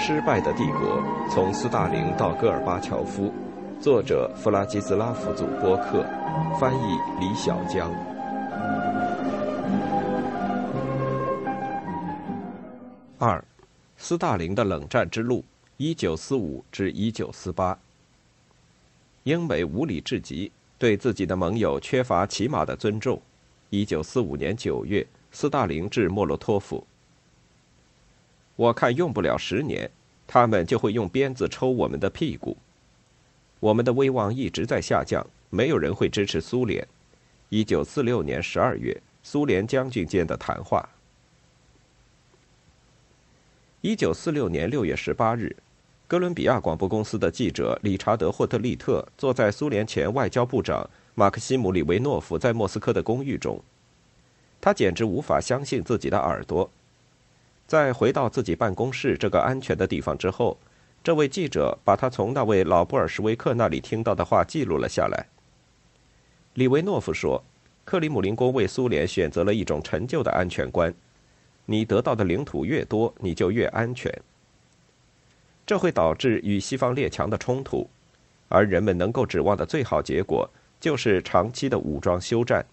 失败的帝国：从斯大林到戈尔巴乔夫，作者弗拉基斯拉夫·祖波克，翻译李小江。2. 斯大林的冷战之路，1945至1948。英美无理至极，对自己的盟友缺乏起码的尊重。1945年9月，斯大林致莫洛托夫：我看用不了10年，他们就会用鞭子抽我们的屁股。我们的威望一直在下降，没有人会支持苏联。1946年12月，苏联将军间的谈话。1946年6月18日，哥伦比亚广播公司的记者理查德·霍特利特坐在苏联前外交部长马克西姆·里维诺夫在莫斯科的公寓中，他简直无法相信自己的耳朵。在回到自己办公室这个安全的地方之后，这位记者把他从那位老布尔什维克那里听到的话记录了下来。里维诺夫说，克里姆林宫为苏联选择了一种陈旧的安全观，你得到的领土越多，你就越安全。这会导致与西方列强的冲突，而人们能够指望的最好结果就是长期的武装休战。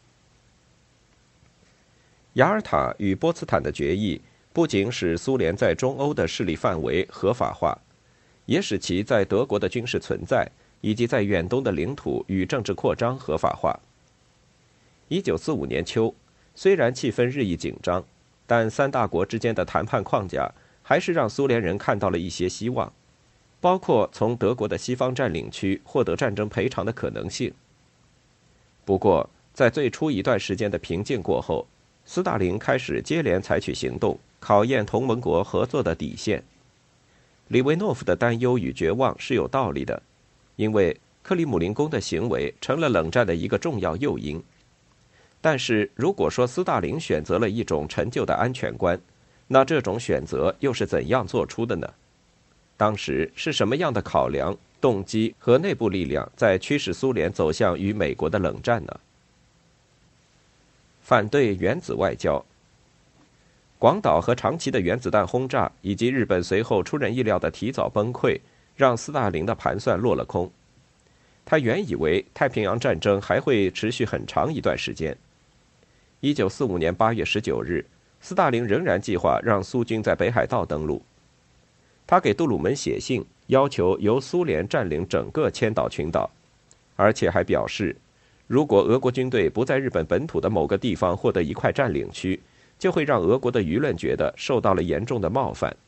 雅尔塔与波茨坦的决议不仅使苏联在中欧的势力范围合法化，也使其在德国的军事存在以及在远东的领土与政治扩张合法化。1945年秋，虽然气氛日益紧张，但三大国之间的谈判框架还是让苏联人看到了一些希望，包括从德国的西方占领区获得战争赔偿的可能性。不过，在最初一段时间的平静过后，斯大林开始接连采取行动，考验同盟国合作的底线。里维诺夫的担忧与绝望是有道理的，因为克里姆林宫的行为成了冷战的一个重要诱因。但是如果说斯大林选择了一种陈旧的安全观，那这种选择又是怎样做出的呢？当时是什么样的考量、动机和内部力量在驱使苏联走向与美国的冷战呢？反对原子外交。广岛和长崎的原子弹轰炸，以及日本随后出人意料的提早崩溃，让斯大林的盘算落了空。他原以为太平洋战争还会持续很长一段时间。1945年8月19日，斯大林仍然计划让苏军在北海道登陆。他给杜鲁门写信，要求由苏联占领整个千岛群岛，而且还表示，如果俄国军队不在日本本土的某个地方获得一块占领区，就会让俄国的舆论觉得受到了严重的冒犯。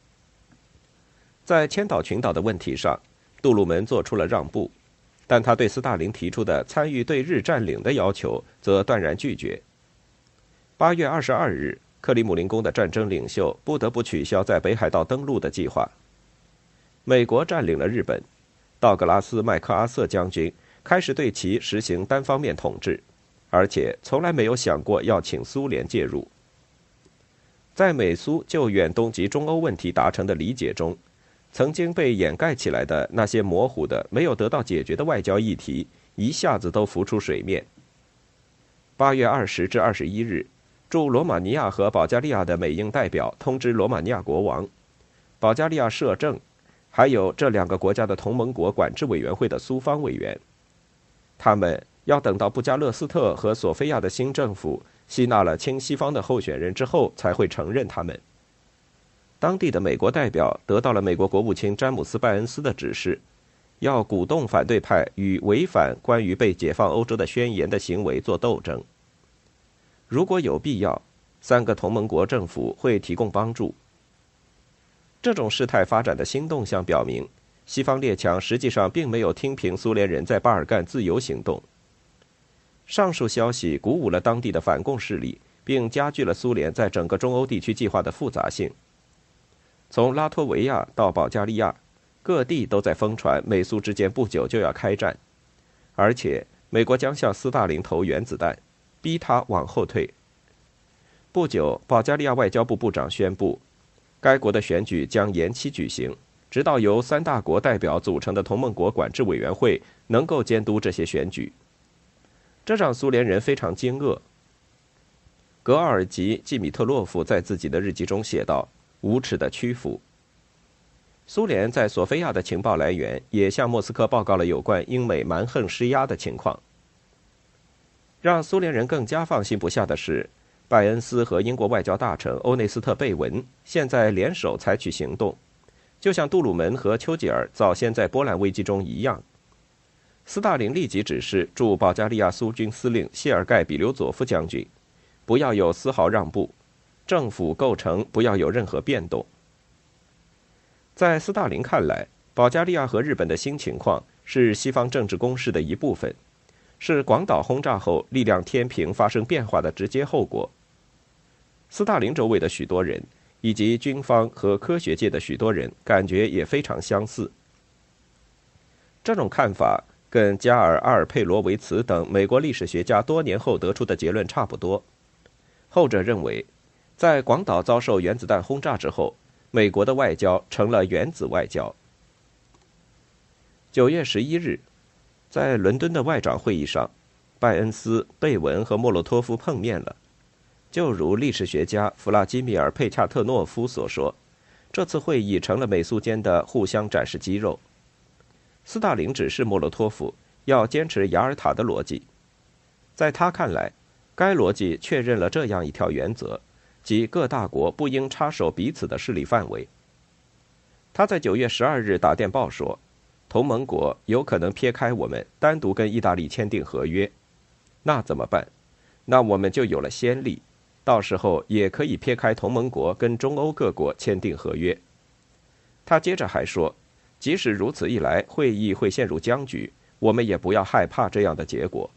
在千岛群岛的问题上，杜鲁门做出了让步，但他对斯大林提出的参与对日占领的要求则断然拒绝。8月22日，克里姆林宫的战争领袖不得不取消在北海道登陆的计划。美国占领了日本，道格拉斯·麦克阿瑟将军开始对其实行单方面统治，而且从来没有想过要请苏联介入。在美苏就远东及中欧问题达成的理解中，曾经被掩盖起来的那些模糊的、没有得到解决的外交议题，一下子都浮出水面。8月20至21日，驻罗马尼亚和保加利亚的美英代表通知罗马尼亚国王、保加利亚摄政，还有这两个国家的同盟国管制委员会的苏方委员，他们要等到布加勒斯特和索菲亚的新政府吸纳了亲西方的候选人之后才会承认他们。当地的美国代表得到了美国国务卿詹姆斯·拜恩斯的指示，要鼓动反对派与违反关于被解放欧洲的宣言的行为做斗争。如果有必要，3个同盟国政府会提供帮助。这种事态发展的新动向表明，西方列强实际上并没有听凭苏联人在巴尔干自由行动。上述消息鼓舞了当地的反共势力，并加剧了苏联在整个中欧地区计划的复杂性。从拉脱维亚到保加利亚，各地都在疯传美苏之间不久就要开战，而且美国将向斯大林投原子弹，逼他往后退。不久，保加利亚外交部部长宣布，该国的选举将延期举行，直到由3大国代表组成的同盟国管制委员会能够监督这些选举。这让苏联人非常惊愕。格奥尔吉·季米特洛夫在自己的日记中写道：无耻的屈服。 苏联在索菲亚的情报来源也向莫斯科报告了有关英美蛮横施压的情况。让苏联人更加放心不下的是，拜恩斯和英国外交大臣欧内斯特·贝文现在联手采取行动，就像杜鲁门和丘吉尔早先在波兰危机中一样。斯大林立即指示驻保加利亚苏军司令谢尔盖·比留佐夫将军，不要有丝毫让步，政府构成不要有任何变动。在斯大林看来，保加利亚和日本的新情况是西方政治攻势的一部分，是广岛轰炸后力量天平发生变化的直接后果。斯大林周围的许多人，以及军方和科学界的许多人，感觉也非常相似。这种看法跟加尔·阿尔佩罗维茨等美国历史学家多年后得出的结论差不多。后者认为，在广岛遭受原子弹轰炸之后，美国的外交成了原子外交。9月11日，在伦敦的外长会议上，拜恩斯、贝文和莫洛托夫碰面了。就如历史学家弗拉基米尔·佩恰特诺夫所说，这次会议成了美苏间的互相展示肌肉。斯大林指示莫洛托夫要坚持雅尔塔的逻辑，在他看来，该逻辑确认了这样一条原则，即各大国不应插手彼此的势力范围。他在9月12日打电报说，同盟国有可能撇开我们，单独跟意大利签订合约，那怎么办？那我们就有了先例，到时候也可以撇开同盟国跟中欧各国签订合约。他接着还说，即使如此一来，会议会陷入僵局，我们也不要害怕这样的结果。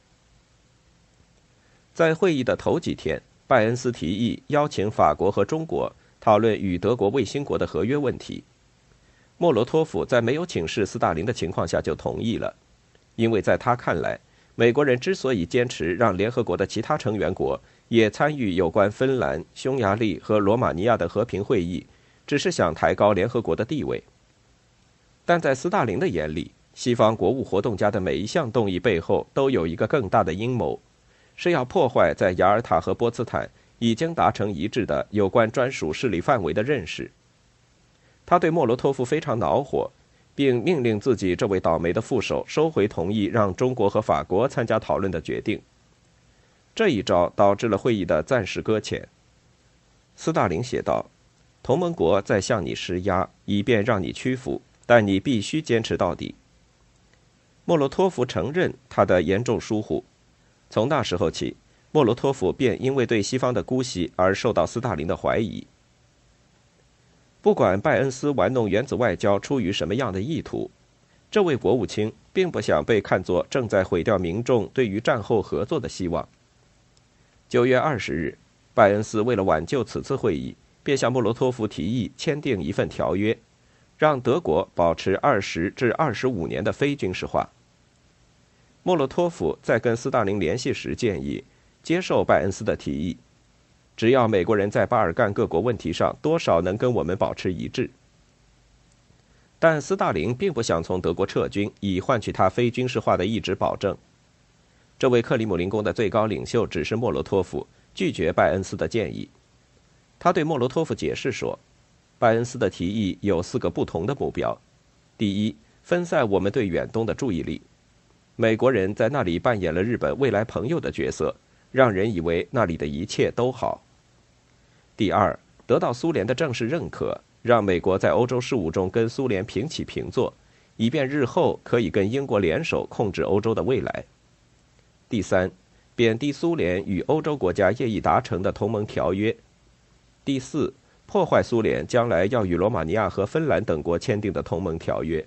在会议的头几天，拜恩斯提议邀请法国和中国讨论与德国卫星国的合约问题。莫罗托夫在没有请示斯大林的情况下就同意了，因为在他看来，美国人之所以坚持让联合国的其他成员国也参与有关芬兰、匈牙利和罗马尼亚的和平会议，只是想抬高联合国的地位。但在斯大林的眼里，西方国务活动家的每一项动议背后都有一个更大的阴谋，是要破坏在雅尔塔和波茨坦已经达成一致的有关专属势力范围的认识。他对莫罗托夫非常恼火，并命令自己这位倒霉的副手收回同意让中国和法国参加讨论的决定。这一招导致了会议的暂时搁浅。斯大林写道：“同盟国在向你施压，以便让你屈服，但你必须坚持到底。”莫洛托夫承认他的严重疏忽。从那时候起，莫洛托夫便因为对西方的姑息而受到斯大林的怀疑。不管拜恩斯玩弄原子外交出于什么样的意图，这位国务卿并不想被看作正在毁掉民众对于战后合作的希望。9月20日，拜恩斯为了挽救此次会议，便向莫洛托夫提议签订一份条约，让德国保持20至25年的非军事化。莫洛托夫在跟斯大林联系时建议接受拜恩斯的提议，只要美国人在巴尔干各国问题上多少能跟我们保持一致。但斯大林并不想从德国撤军，以换取他非军事化的一纸保证。这位克里姆林宫的最高领袖指示莫洛托夫拒绝拜恩斯的建议。他对莫洛托夫解释说，拜恩斯的提议有4个不同的目标：第一，分散我们对远东的注意力。美国人在那里扮演了日本未来朋友的角色，让人以为那里的一切都好。第二，得到苏联的正式认可，让美国在欧洲事务中跟苏联平起平坐，以便日后可以跟英国联手控制欧洲的未来。第三，贬低苏联与欧洲国家业已达成的同盟条约。第四，破坏苏联将来要与罗马尼亚和芬兰等国签订的同盟条约。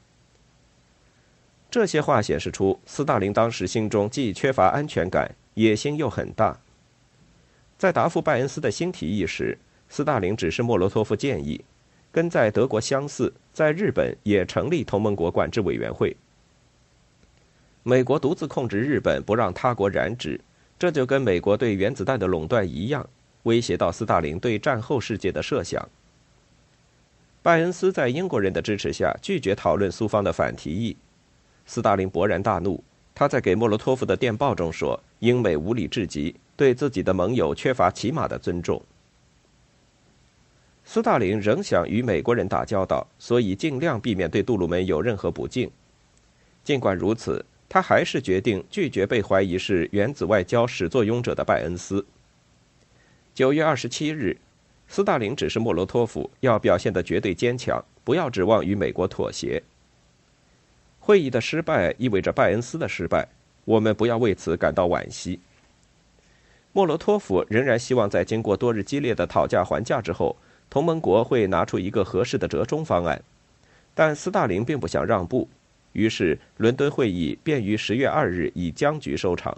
这些话显示出斯大林当时心中既缺乏安全感，野心又很大。在答复拜恩斯的新提议时，斯大林指示莫罗托夫建议，跟在德国相似，在日本也成立同盟国管制委员会。美国独自控制日本，不让他国染指，这就跟美国对原子弹的垄断一样，威胁到斯大林对战后世界的设想。拜恩斯在英国人的支持下拒绝讨论苏方的反提议。斯大林勃然大怒，他在给莫洛托夫的电报中说，英美无理至极，对自己的盟友缺乏起码的尊重。 斯大林仍想与美国人打交道，所以尽量避免对杜鲁门有任何不敬。尽管如此，他还是决定拒绝被怀疑是原子外交始作俑者的拜恩斯。9月27日，斯大林指示莫洛托夫要表现得绝对坚强，不要指望与美国妥协。会议的失败意味着拜恩斯的失败，我们不要为此感到惋惜。莫洛托夫仍然希望在经过多日激烈的讨价还价之后，同盟国会拿出一个合适的折中方案，但斯大林并不想让步，于是伦敦会议便于10月2日以僵局收场。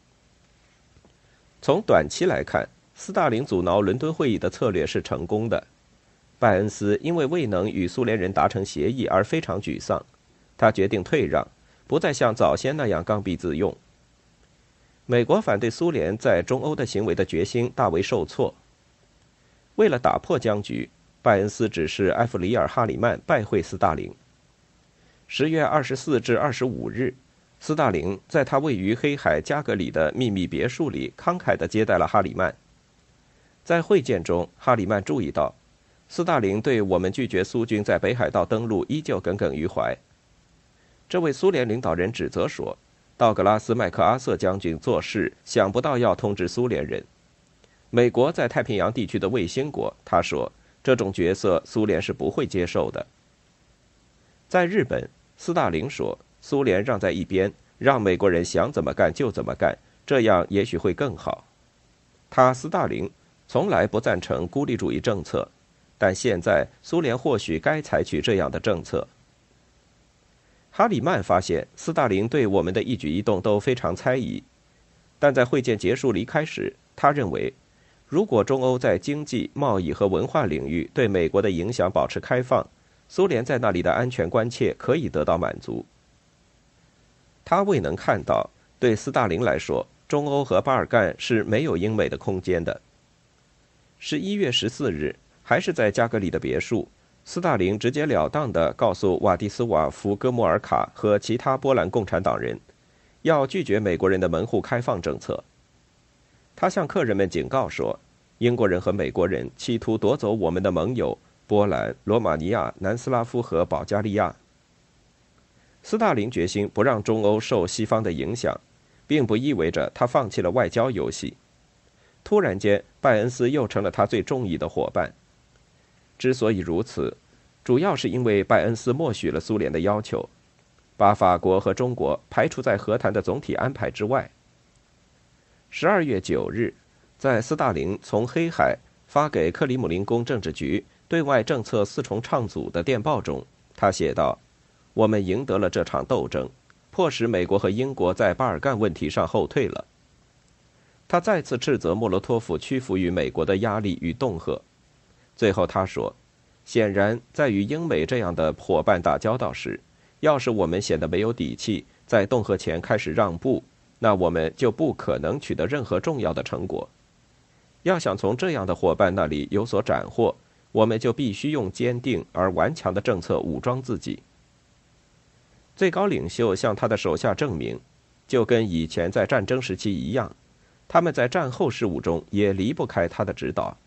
从短期来看，斯大林阻挠伦敦会议的策略是成功的。拜恩斯因为未能与苏联人达成协议而非常沮丧，他决定退让，不再像早先那样刚愎自用。美国反对苏联在中欧的行为的决心大为受挫。为了打破僵局，拜恩斯指示埃弗里尔·哈里曼拜会斯大林。10月24至25日，斯大林在他位于黑海加格里的秘密别墅里慷慨地接待了哈里曼。在会见中，哈里曼注意到，斯大林对我们拒绝苏军在北海道登陆依旧耿耿于怀。这位苏联领导人指责说，道格拉斯·麦克阿瑟将军做事想不到要通知苏联人。美国在太平洋地区的卫星国，他说，这种角色苏联是不会接受的。在日本，斯大林说，苏联让在一边，让美国人想怎么干就怎么干，这样也许会更好。他斯大林从来不赞成孤立主义政策，但现在苏联或许该采取这样的政策。哈里曼发现斯大林对我们的一举一动都非常猜疑，但在会见结束离开时，他认为，如果中欧在经济、贸易和文化领域对美国的影响保持开放，苏联在那里的安全关切可以得到满足。他未能看到，对斯大林来说，中欧和巴尔干是没有英美的空间的。11月14日，还是在加格里的别墅，斯大林直截了当地告诉瓦蒂斯瓦夫·戈莫尔卡和其他波兰共产党人，要拒绝美国人的门户开放政策。他向客人们警告说，英国人和美国人企图夺走我们的盟友波兰、罗马尼亚、南斯拉夫和保加利亚。斯大林决心不让中欧受西方的影响，并不意味着他放弃了外交游戏。突然间，拜恩斯又成了他最中意的伙伴。之所以如此，主要是因为拜恩斯默许了苏联的要求，把法国和中国排除在和谈的总体安排之外。12月9日，在斯大林从黑海发给克里姆林宫政治局对外政策4重唱组的电报中，他写道：“我们赢得了这场斗争，迫使美国和英国在巴尔干问题上后退了。”他再次斥责莫洛托夫屈服于美国的压力与恫吓。最后他说，显然在与英美这样的伙伴打交道时，要是我们显得没有底气，在恫吓前开始让步，那我们就不可能取得任何重要的成果。要想从这样的伙伴那里有所斩获，我们就必须用坚定而顽强的政策武装自己。最高领袖向他的手下证明，就跟以前在战争时期一样，他们在战后事务中也离不开他的指导。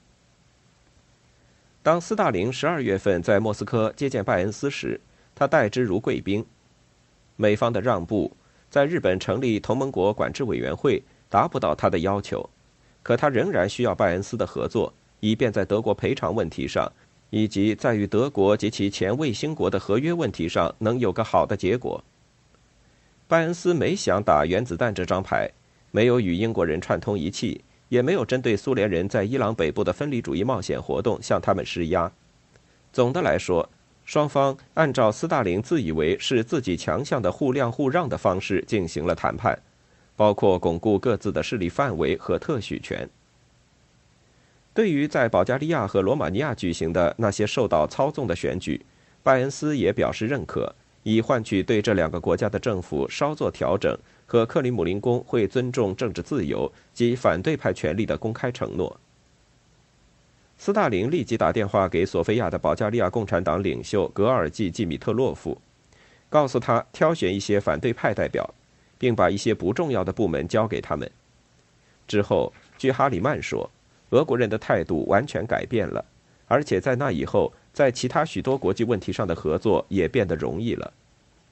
当斯大林12月份在莫斯科接见拜恩斯时，他待之如贵宾。美方的让步，在日本成立同盟国管制委员会达不到他的要求，可他仍然需要拜恩斯的合作，以便在德国赔偿问题上，以及在与德国及其前卫星国的合约问题上能有个好的结果。拜恩斯没想打原子弹这张牌，没有与英国人串通一气，也没有针对苏联人在伊朗北部的分离主义冒险活动向他们施压。总的来说，双方按照斯大林自以为是自己强项的互谅互让的方式进行了谈判，包括巩固各自的势力范围和特许权。对于在保加利亚和罗马尼亚举行的那些受到操纵的选举，拜恩斯也表示认可，以换取对这2个国家的政府稍作调整和克里姆林宫会尊重政治自由及反对派权利的公开承诺。斯大林立即打电话给索菲亚的保加利亚共产党领袖格尔季·季米特洛夫，告诉他挑选一些反对派代表，并把一些不重要的部门交给他们。之后，据哈里曼说，俄国人的态度完全改变了， 而且在那以后，在其他许多国际问题上的合作也变得容易了。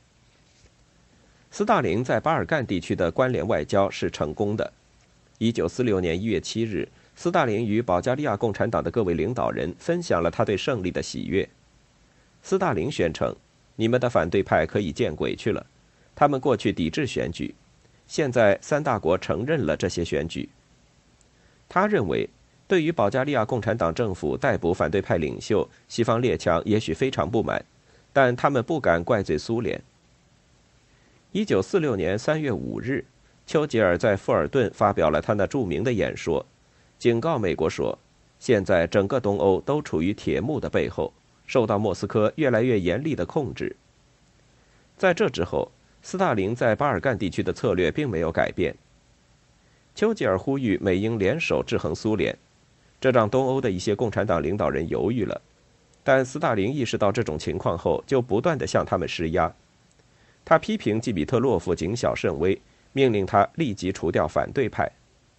斯大林在巴尔干地区的关联外交是成功的。1946年1月7日，斯大林与保加利亚共产党的各位领导人分享了他对胜利的喜悦。斯大林宣称：“你们的反对派可以见鬼去了，他们过去抵制选举，现在三大国承认了这些选举。”他认为，对于保加利亚共产党政府逮捕反对派领袖，西方列强也许非常不满，但他们不敢怪罪苏联。1946年3月5日，丘吉尔在富尔顿发表了他那著名的演说，警告美国说，现在整个东欧都处于铁幕的背后，受到莫斯科越来越严厉的控制。在这之后，斯大林在巴尔干地区的策略并没有改变。丘吉尔呼吁美英联手制衡苏联，这让东欧的一些共产党领导人犹豫了，但斯大林意识到这种情况后，就不断地向他们施压。他批评季比特洛夫谨小慎微，命令他立即除掉反对派。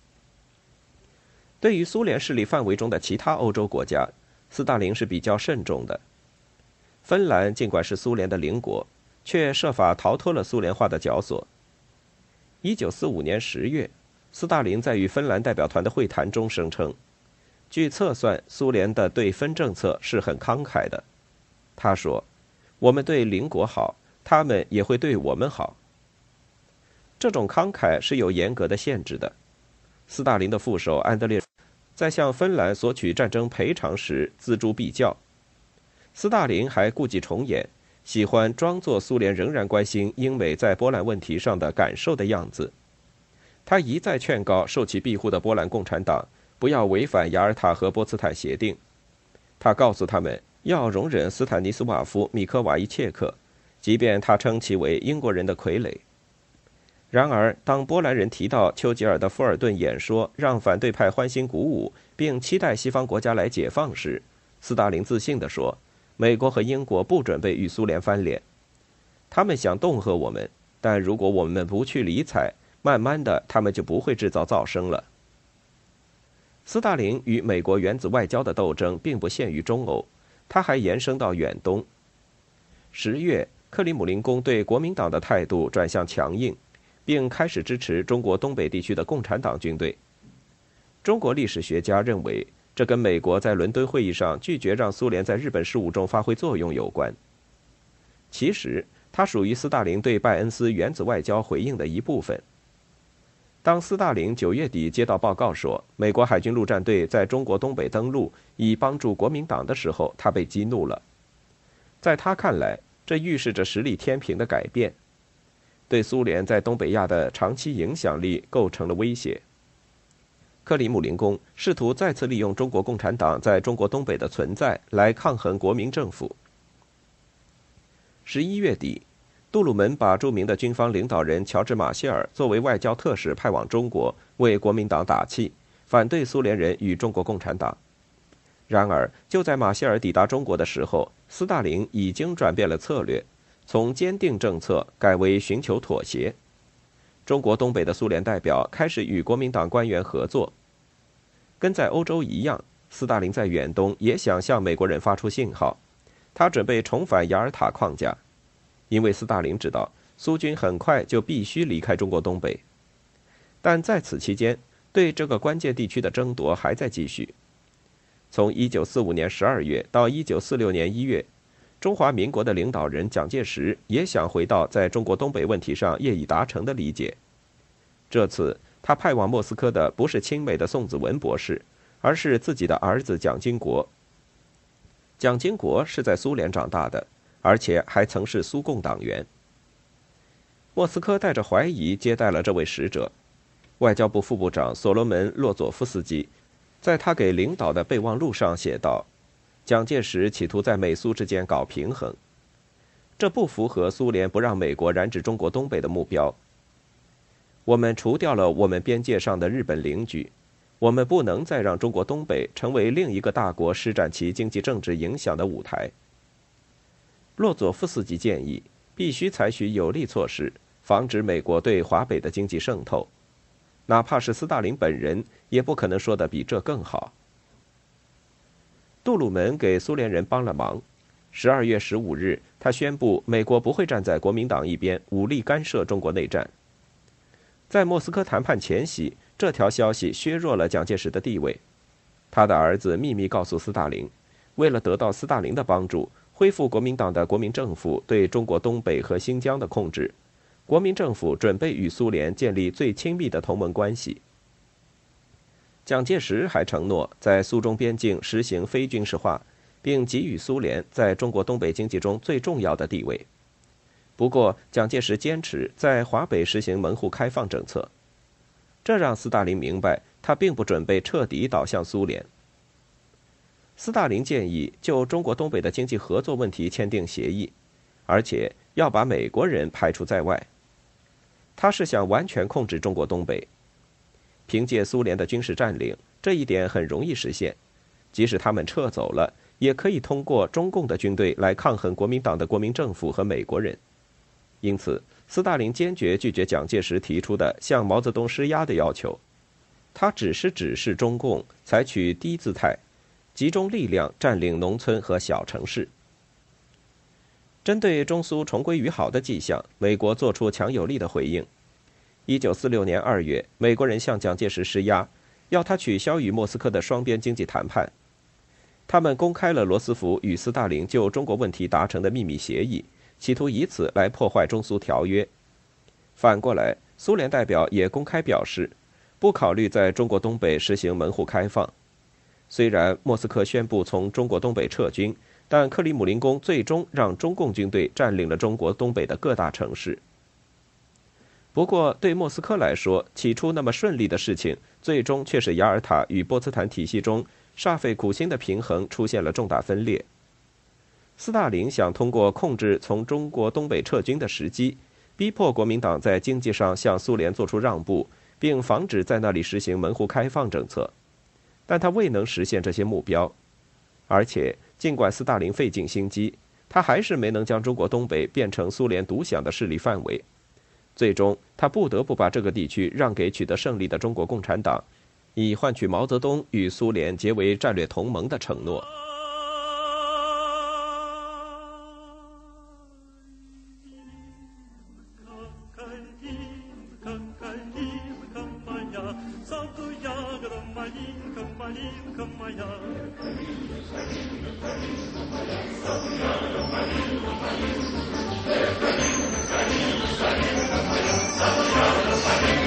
对于苏联势力范围中的其他欧洲国家，斯大林是比较慎重的。芬兰尽管是苏联的邻国，却设法逃脱了苏联化的绞索。1945年10月，斯大林在与芬兰代表团的会谈中声称，据测算，苏联的对芬政策是很慷慨的。他说：“我们对邻国好，他们也会对我们好。”这种慷慨是有严格的限制的。斯大林的副手安德烈在向芬兰索取战争赔偿时锱铢必较。斯大林还故伎重演，喜欢装作苏联仍然关心英美在波兰问题上的感受的样子。他一再劝告受其庇护的波兰共产党不要违反雅尔塔和波茨坦协定。他告诉他们要容忍斯坦尼斯瓦夫·米科瓦伊切克，即便他称其为英国人的傀儡。然而，当波兰人提到丘吉尔的富尔顿演说让反对派欢欣鼓舞，并期待西方国家来解放时，斯大林自信地说：“美国和英国不准备与苏联翻脸，他们想恫吓我们，但如果我们不去理睬，慢慢的他们就不会制造噪声了。”斯大林与美国原子外交的斗争并不限于中欧，它还延伸到远东。10月，克里姆林宫对国民党的态度转向强硬，并开始支持中国东北地区的共产党军队。中国历史学家认为，这跟美国在伦敦会议上拒绝让苏联在日本事务中发挥作用有关。其实，它属于斯大林对拜恩斯原子外交回应的一部分。当斯大林9月底接到报告说美国海军陆战队在中国东北登陆，以帮助国民党的时候，他被激怒了。在他看来，这预示着实力天平的改变，对苏联在东北亚的长期影响力构成了威胁。克里姆林宫试图再次利用中国共产党在中国东北的存在来抗衡国民政府。11月底，杜鲁门把著名的军方领导人乔治·马歇尔作为外交特使派往中国，为国民党打气，反对苏联人与中国共产党。然而，就在马歇尔抵达中国的时候，斯大林已经转变了策略，从坚定政策改为寻求妥协。中国东北的苏联代表开始与国民党官员合作。跟在欧洲一样，斯大林在远东也想向美国人发出信号，他准备重返雅尔塔框架。因为斯大林知道苏军很快就必须离开中国东北，但在此期间，对这个关键地区的争夺还在继续。从1945年12月到1946年1月，中华民国的领导人蒋介石也想回到在中国东北问题上业已达成的理解。这次他派往莫斯科的不是亲美的宋子文博士，而是自己的儿子蒋经国。蒋经国是在苏联长大的，而且还曾是苏共党员。莫斯科带着怀疑接待了这位使者。外交部副部长所罗门·洛佐夫斯基在他给领导的备忘录上写道：“蒋介石企图在美苏之间搞平衡，这不符合苏联不让美国染指中国东北的目标。我们除掉了我们边界上的日本邻居，我们不能再让中国东北成为另一个大国施展其经济政治影响的舞台。”洛佐夫斯基建议必须采取有力措施，防止美国对华北的经济渗透，哪怕是斯大林本人也不可能说得比这更好。 杜鲁门给苏联人帮了忙。12月15日，他宣布美国不会站在国民党一边，武力干涉中国内战。在莫斯科谈判前夕，这条消息削弱了蒋介石的地位。他的儿子秘密告诉斯大林，为了得到斯大林的帮助，恢复国民党的国民政府对中国东北和新疆的控制，国民政府准备与苏联建立最亲密的同盟关系。蒋介石还承诺在苏中边境实行非军事化，并给予苏联在中国东北经济中最重要的地位。不过，蒋介石坚持在华北实行门户开放政策，这让斯大林明白他并不准备彻底倒向苏联。斯大林建议就中国东北的经济合作问题签订协议，而且要把美国人排除在外。他是想完全控制中国东北。凭借苏联的军事占领，这一点很容易实现。即使他们撤走了，也可以通过中共的军队来抗衡国民党的国民政府和美国人。因此，斯大林坚决拒绝蒋介石提出的向毛泽东施压的要求。他只是指示中共采取低姿态，集中力量占领农村和小城市。针对中苏重归于好的迹象，美国做出强有力的回应。1946年2月，美国人向蒋介石施压，要他取消与莫斯科的双边经济谈判。他们公开了罗斯福与斯大林就中国问题达成的秘密协议，企图以此来破坏中苏条约。反过来，苏联代表也公开表示，不考虑在中国东北实行门户开放。虽然莫斯科宣布从中国东北撤军，但克里姆林宫最终让中共军队占领了中国东北的各大城市。不过，对莫斯科来说，起初那么顺利的事情，最终却是雅尔塔与波茨坦体系中煞费苦心的平衡出现了重大分裂。斯大林想通过控制从中国东北撤军的时机，逼迫国民党在经济上向苏联做出让步，并防止在那里实行门户开放政策。但他未能实现这些目标。而且，尽管斯大林费尽心机，他还是没能将中国东北变成苏联独享的势力范围。最终，他不得不把这个地区让给取得胜利的中国共产党，以换取毛泽东与苏联结为战略同盟的承诺。 Saludos.